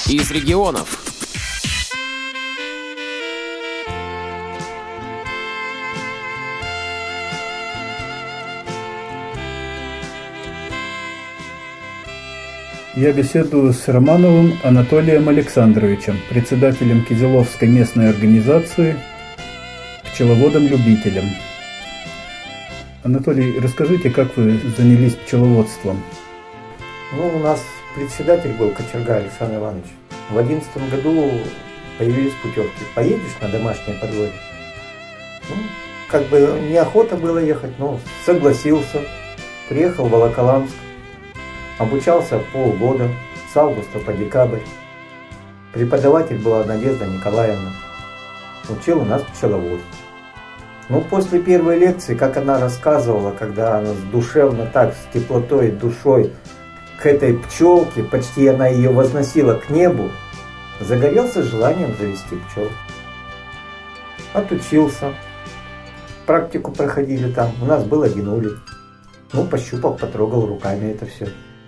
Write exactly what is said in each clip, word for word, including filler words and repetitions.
из регионов. Я беседую с Романовым Анатолием Александровичем, председателем Кизиловской местной организации, пчеловодом-любителем. Анатолий, расскажите, как вы занялись пчеловодством? Ну, у нас председатель был Кочерга Александр Иванович. В одиннадцатом году появились путевки. Поедешь на домашнее подворье? Ну, как бы неохота было ехать, но согласился. Приехал в Волоколамск. Обучался полгода, с августа по декабрь. Преподаватель была Надежда Николаевна. Учил у нас пчеловодство. Ну, после первой лекции, как она рассказывала, когда она душевно так, с теплотой, душой к этой пчелке, почти она ее возносила к небу, загорелся желанием завести пчел. Отучился. Практику проходили там. У нас был один улей. Ну, пощупал, потрогал руками это все.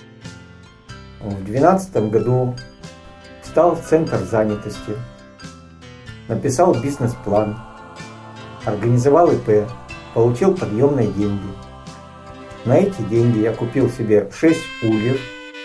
В двенадцатом году встал в центр занятости, написал бизнес-план, организовал ИП, получил подъемные деньги. На эти деньги я купил себе шесть ульев,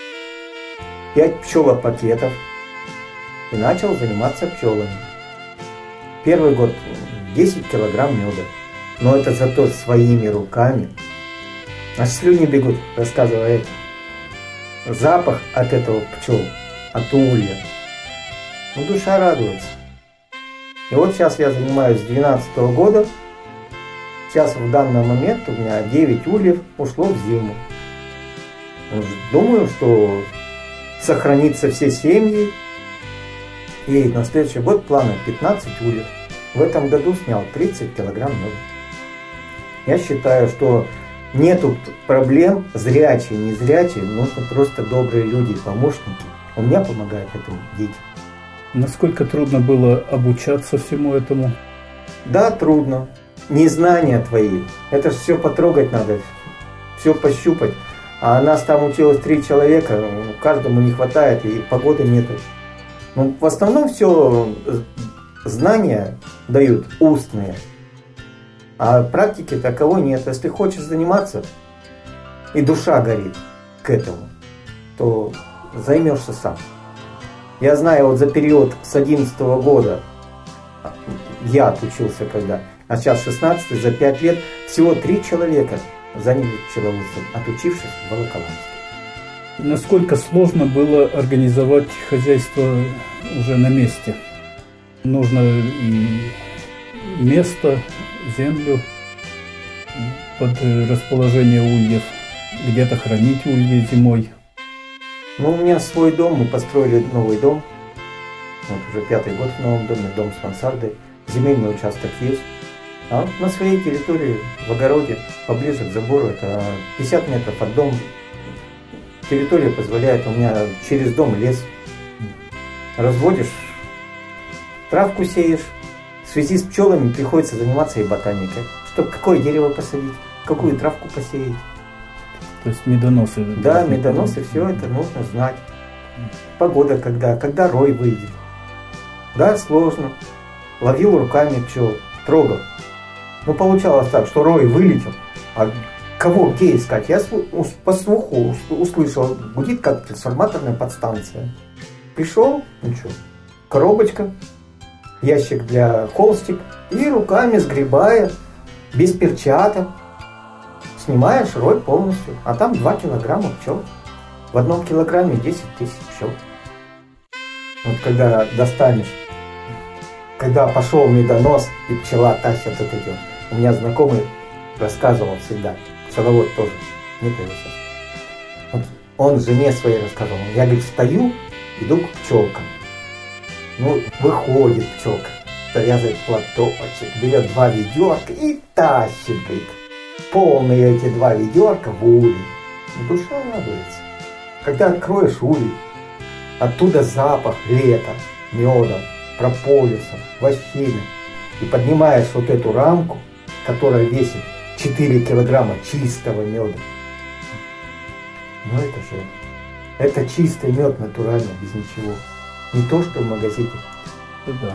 пять пчелопакетов и начал заниматься пчелами. Первый год десять килограмм меда, но это зато своими руками. Аж слюни бегут, рассказывая это. Запах от этого пчел, от улья. Ну, душа радуется. И вот сейчас я занимаюсь с двенадцатого года. Сейчас в данный момент у меня девять ульев ушло в зиму. Думаю, что сохранится все семьи. И на следующий год планы пятнадцать ульев. В этом году снял тридцать килограмм меда. Я считаю, что нету проблем, зрячие, незрячие, нужно просто добрые люди, помощники. У меня помогают этому дети. Насколько трудно было обучаться всему этому? Да, трудно. Незнания твои. Это же все потрогать надо, все пощупать. А нас там училось три человека, каждому не хватает и погоды нету. Ну, в основном все знания дают устные. А практики таковой нет. Если хочешь заниматься, и душа горит к этому, то займешься сам. Я знаю, вот за период с одиннадцатого года, я отучился когда, а сейчас шестнадцатый, за пять лет, всего три человека занялись пчеловодством, отучившись в Волоколамске. Насколько сложно было организовать хозяйство уже на месте? Нужно и место, землю под расположение ульев, где-то хранить ульи зимой. Ну, у меня свой дом, мы построили новый дом. Вот уже пятый год в новом доме, дом с мансардой. Земельный участок есть. А на своей территории, в огороде, поближе к забору, это пятьдесят метров от дома. Территория позволяет, у меня через дом лес. Разводишь, травку сеешь. В связи с пчелами приходится заниматься и ботаникой. Чтобы какое дерево посадить, какую травку посеять. То есть медоносы. Да, медоносы, все это нужно знать. Погода когда, когда рой выйдет. Да, сложно. Ловил руками пчел, трогал. Но получалось так, что рой вылетел, а кого, где искать? Я по слуху услышал, гудит как трансформаторная подстанция. Пришел, ну что, коробочка, ящик для холстик, и руками сгребая, без перчаток, снимаешь рой полностью, а там два килограмма пчел. В одном килограмме десять тысяч пчел. Вот когда достанешь, когда пошел медонос и пчела тащит это дело. У меня знакомый рассказывал всегда, пчеловод тоже, нет его сейчас. Вот он жене своей рассказывал, я, говорит, встаю, иду к пчелкам. Ну, выходит пчелка, завязывает платочек, берет два ведерка и тащит, говорит, полные эти два ведерка в улей. Душа радуется. Когда откроешь улей, оттуда запах лета, меда, прополиса, вощины, и поднимаешь вот эту рамку, которая весит четыре килограмма чистого меда. Ну это же, это чистый мед натурально, без ничего. Не то, что в магазине. Да.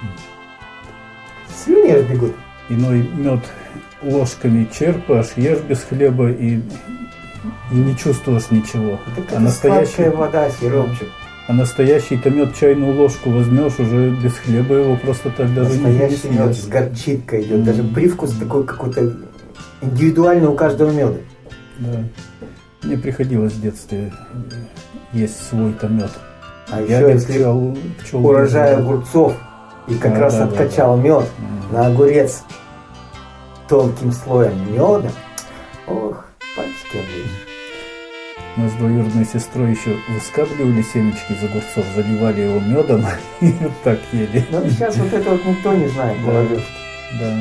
Слюни аж бегут. Иной мед ложками черпаешь, ешь без хлеба и, и не чувствуешь ничего. Так а это настоящий, сладкая вода, сиропчик. А настоящий-то мед чайную ложку возьмешь, уже без хлеба его просто так даже настоящий не мед с горчинкой идет. Mm. Даже привкус такой какой-то индивидуальный у каждого меда. Да. Мне приходилось в детстве есть свой-то мед. А Я еще если пчел урожай огурцов и как да, раз да, откачал да, да. мед Mm. на огурец тонким слоем меда, ох, пальчики оближешь. Мы с двоюродной сестрой еще выскабливали семечки из огурцов, заливали его медом и вот так ели. Но сейчас вот это вот никто не знает, молодежь. Да.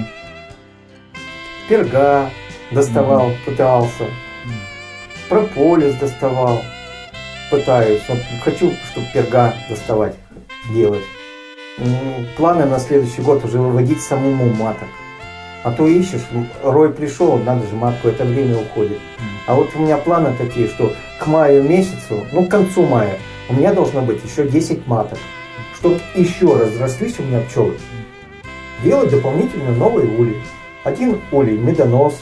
Перга доставал, mm-hmm. пытался. Mm-hmm. Прополис доставал, пытаюсь. Вот хочу, чтобы перга доставать, делать. Планы на следующий год уже выводить самому маток. А то ищешь, рой пришел, надо же матку, это время уходит. А вот у меня планы такие, что к маю месяцу, ну к концу мая, у меня должно быть еще десять маток. Чтобы еще разрослись у меня пчелы. Делать дополнительно новые улей. Один улей медонос.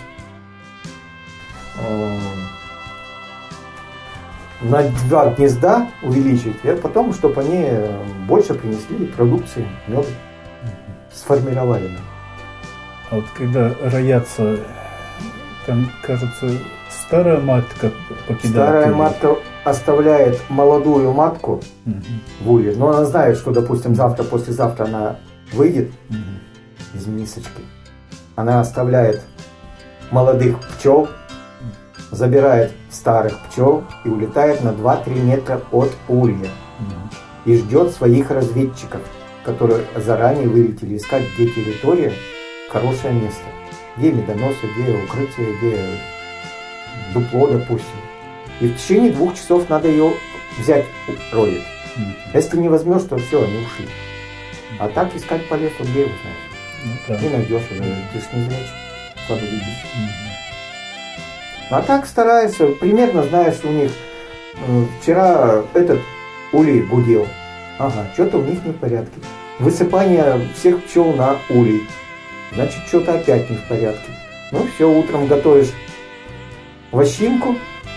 На два гнезда увеличить, а потом, чтобы они больше принесли продукции, меда. Сформировали. А вот когда роятся, там, кажется, старая матка покидает. Старая улей. матка оставляет молодую матку угу. в улье, но она знает, что, допустим, завтра, послезавтра она выйдет угу. из мисочки. Она оставляет молодых пчел, забирает старых пчел и улетает на два-три метра от улья. Угу. И ждет своих разведчиков, которые заранее вылетели искать, где территория, хорошее место. Где медоносы, где укрытие, где дупло, допустим. И в течение двух часов надо ее взять, роет. Mm-hmm. Если не возьмешь, то все, они ушли. Mm-hmm. А так искать по лесу, где его знаешь. Mm-hmm. Не найдешь уже, ты ж не зрячий, слабо видишь. Mm-hmm. А так стараешься, примерно знаешь, у них э, вчера этот улей гудел. Ага, что-то у них не в порядке. Высыпание всех пчел на улей. Значит, что-то опять не в порядке. Ну все, утром готовишь вощинку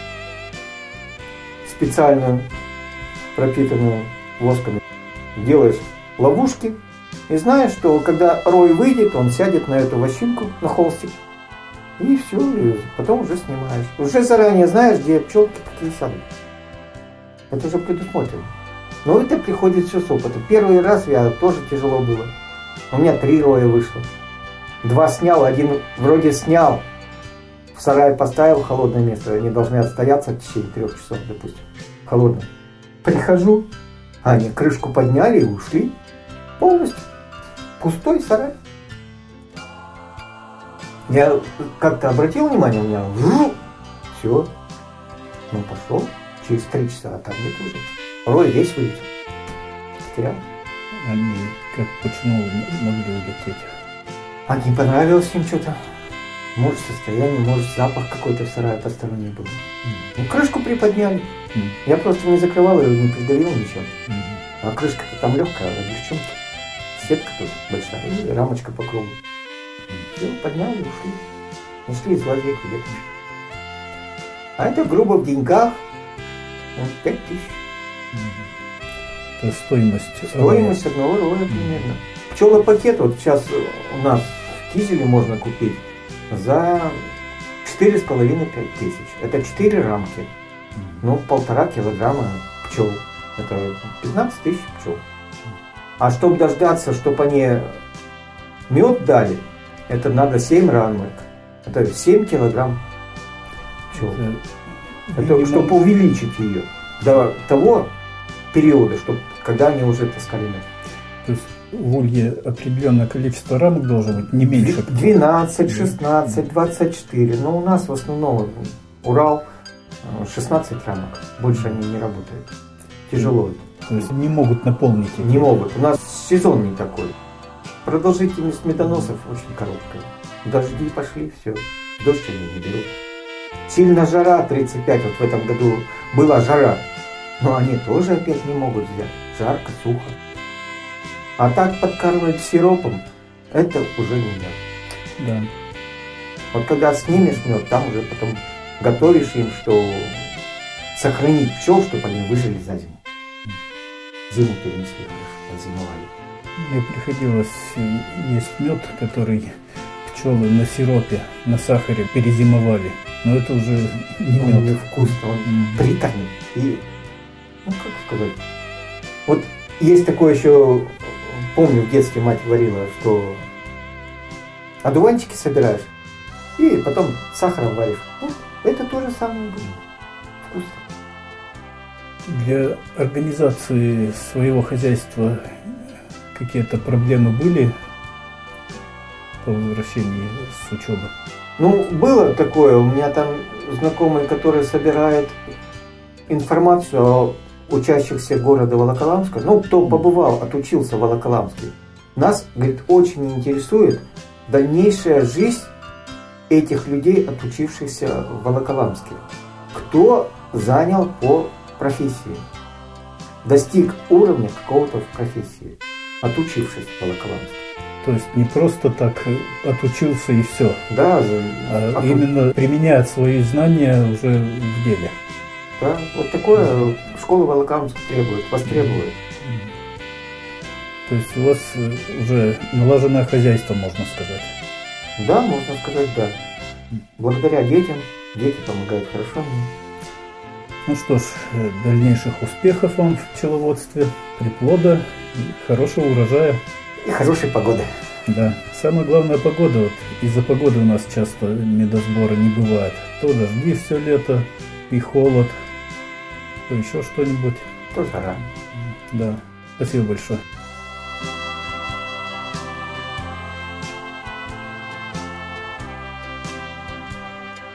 специальную, пропитанную воском. Делаешь ловушки и знаешь, что когда рой выйдет, он сядет на эту вощинку, на холстик. И все, и потом уже снимаешь. Уже заранее знаешь, где пчелки какие сядут. Это уже предусмотрено. Но это приходит все с опытом. Первый раз я тоже тяжело было. У меня три роя вышло. Два снял, один вроде снял. В сарае поставил в холодное место. Они должны отстояться в течение трех часов, допустим. Холодно. Прихожу, а они крышку подняли и ушли. Полностью. Пустой сарай. Я как-то обратил внимание, у меня все. Ну пошел. Через три часа, а там нет уже. Рой весь вылетел. Потерял. Они как почему могли улететь? А не понравилось им что-то. Может состояние, может запах какой-то в сарае посторонний был. Mm. Ну крышку приподняли. Mm. Я просто не закрывал ее, не придавил ничего. Mm. А крышка-то там легкая, а девчонки. Сетка тут большая, и рамочка по кругу. Mm. Все, подняли и ушли. Ушли из лазейки где-то. А это грубо в деньгах. Ну, пять тысяч. Mm. Это стоимость. Стоимость роя. одного роя примерно. Mm. Пчелопакет вот сейчас у нас в Кизеле можно купить за четыре с половиной - пять тысяч. Это четыре рамки. Mm. Ну, полтора килограмма пчел. Это пятнадцать тысяч пчел. А чтобы дождаться, чтобы они мед дали, это надо семь рамок. Это семь килограмм пчел. Это, это видимо... чтобы увеличить ее до того периода, чтобы когда они уже таскали мед. То есть в улье определенное количество рамок должно быть, не меньше. двенадцать, шестнадцать, двадцать четыре. Но у нас в основном Урал шестнадцать рамок. Больше они не работают. Тяжело это. То есть не могут наполнить их? Не могут. У нас сезон не такой. Продолжительность медоносов очень короткая. Дожди пошли, все. Дождь они не берут. Сильно жара тридцать пять. Вот в этом году была жара. Но они тоже опять не могут взять. Жарко, сухо. А так подкармливать сиропом, это уже не мед. Да. Вот когда снимешь мед, там уже потом готовишь им, что сохранить пчел, чтобы они выжили за зиму. Зиму перенесли, хорошо, зимовали. Мне приходилось есть мед, который пчелы на сиропе, на сахаре перезимовали. Но это уже не Он мед. невкусный, он Mm. приторный. И, ну как сказать, вот есть такое еще, помню, в детстве мать говорила, что одуванчики собираешь и потом сахаром варишь. Вот, это то же самое будет. Вкусно. Для организации своего хозяйства какие-то проблемы были по возвращении с учебы? Ну, было такое, у меня там знакомый, который собирает информацию о учащихся города Волоколамска, ну, кто побывал, отучился в Волоколамске. Нас, говорит, очень интересует дальнейшая жизнь этих людей, отучившихся в Волоколамске. Кто занял по профессии, достиг уровня какого-то в профессии, отучившись в Волоколамске. То есть не просто так отучился и все, Да, а оту- именно применяет свои знания уже в деле. да, вот такое школа Волоколамска требует, востребует. То есть у вас э, уже налаженное хозяйство, можно сказать. Да, можно сказать, да. Благодаря детям, дети помогают хорошо мне. Ну что ж, э, дальнейших успехов вам в пчеловодстве, приплода и хорошего урожая. И хорошей погоды. Да, самая главная погода. Вот из-за погоды у нас часто медосбора не бывает. То дожди все лето, и холод, то еще что-нибудь. То жара. Да, спасибо большое.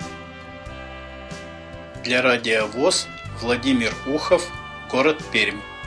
Для радио ВОС Владимир Ухов, город Пермь.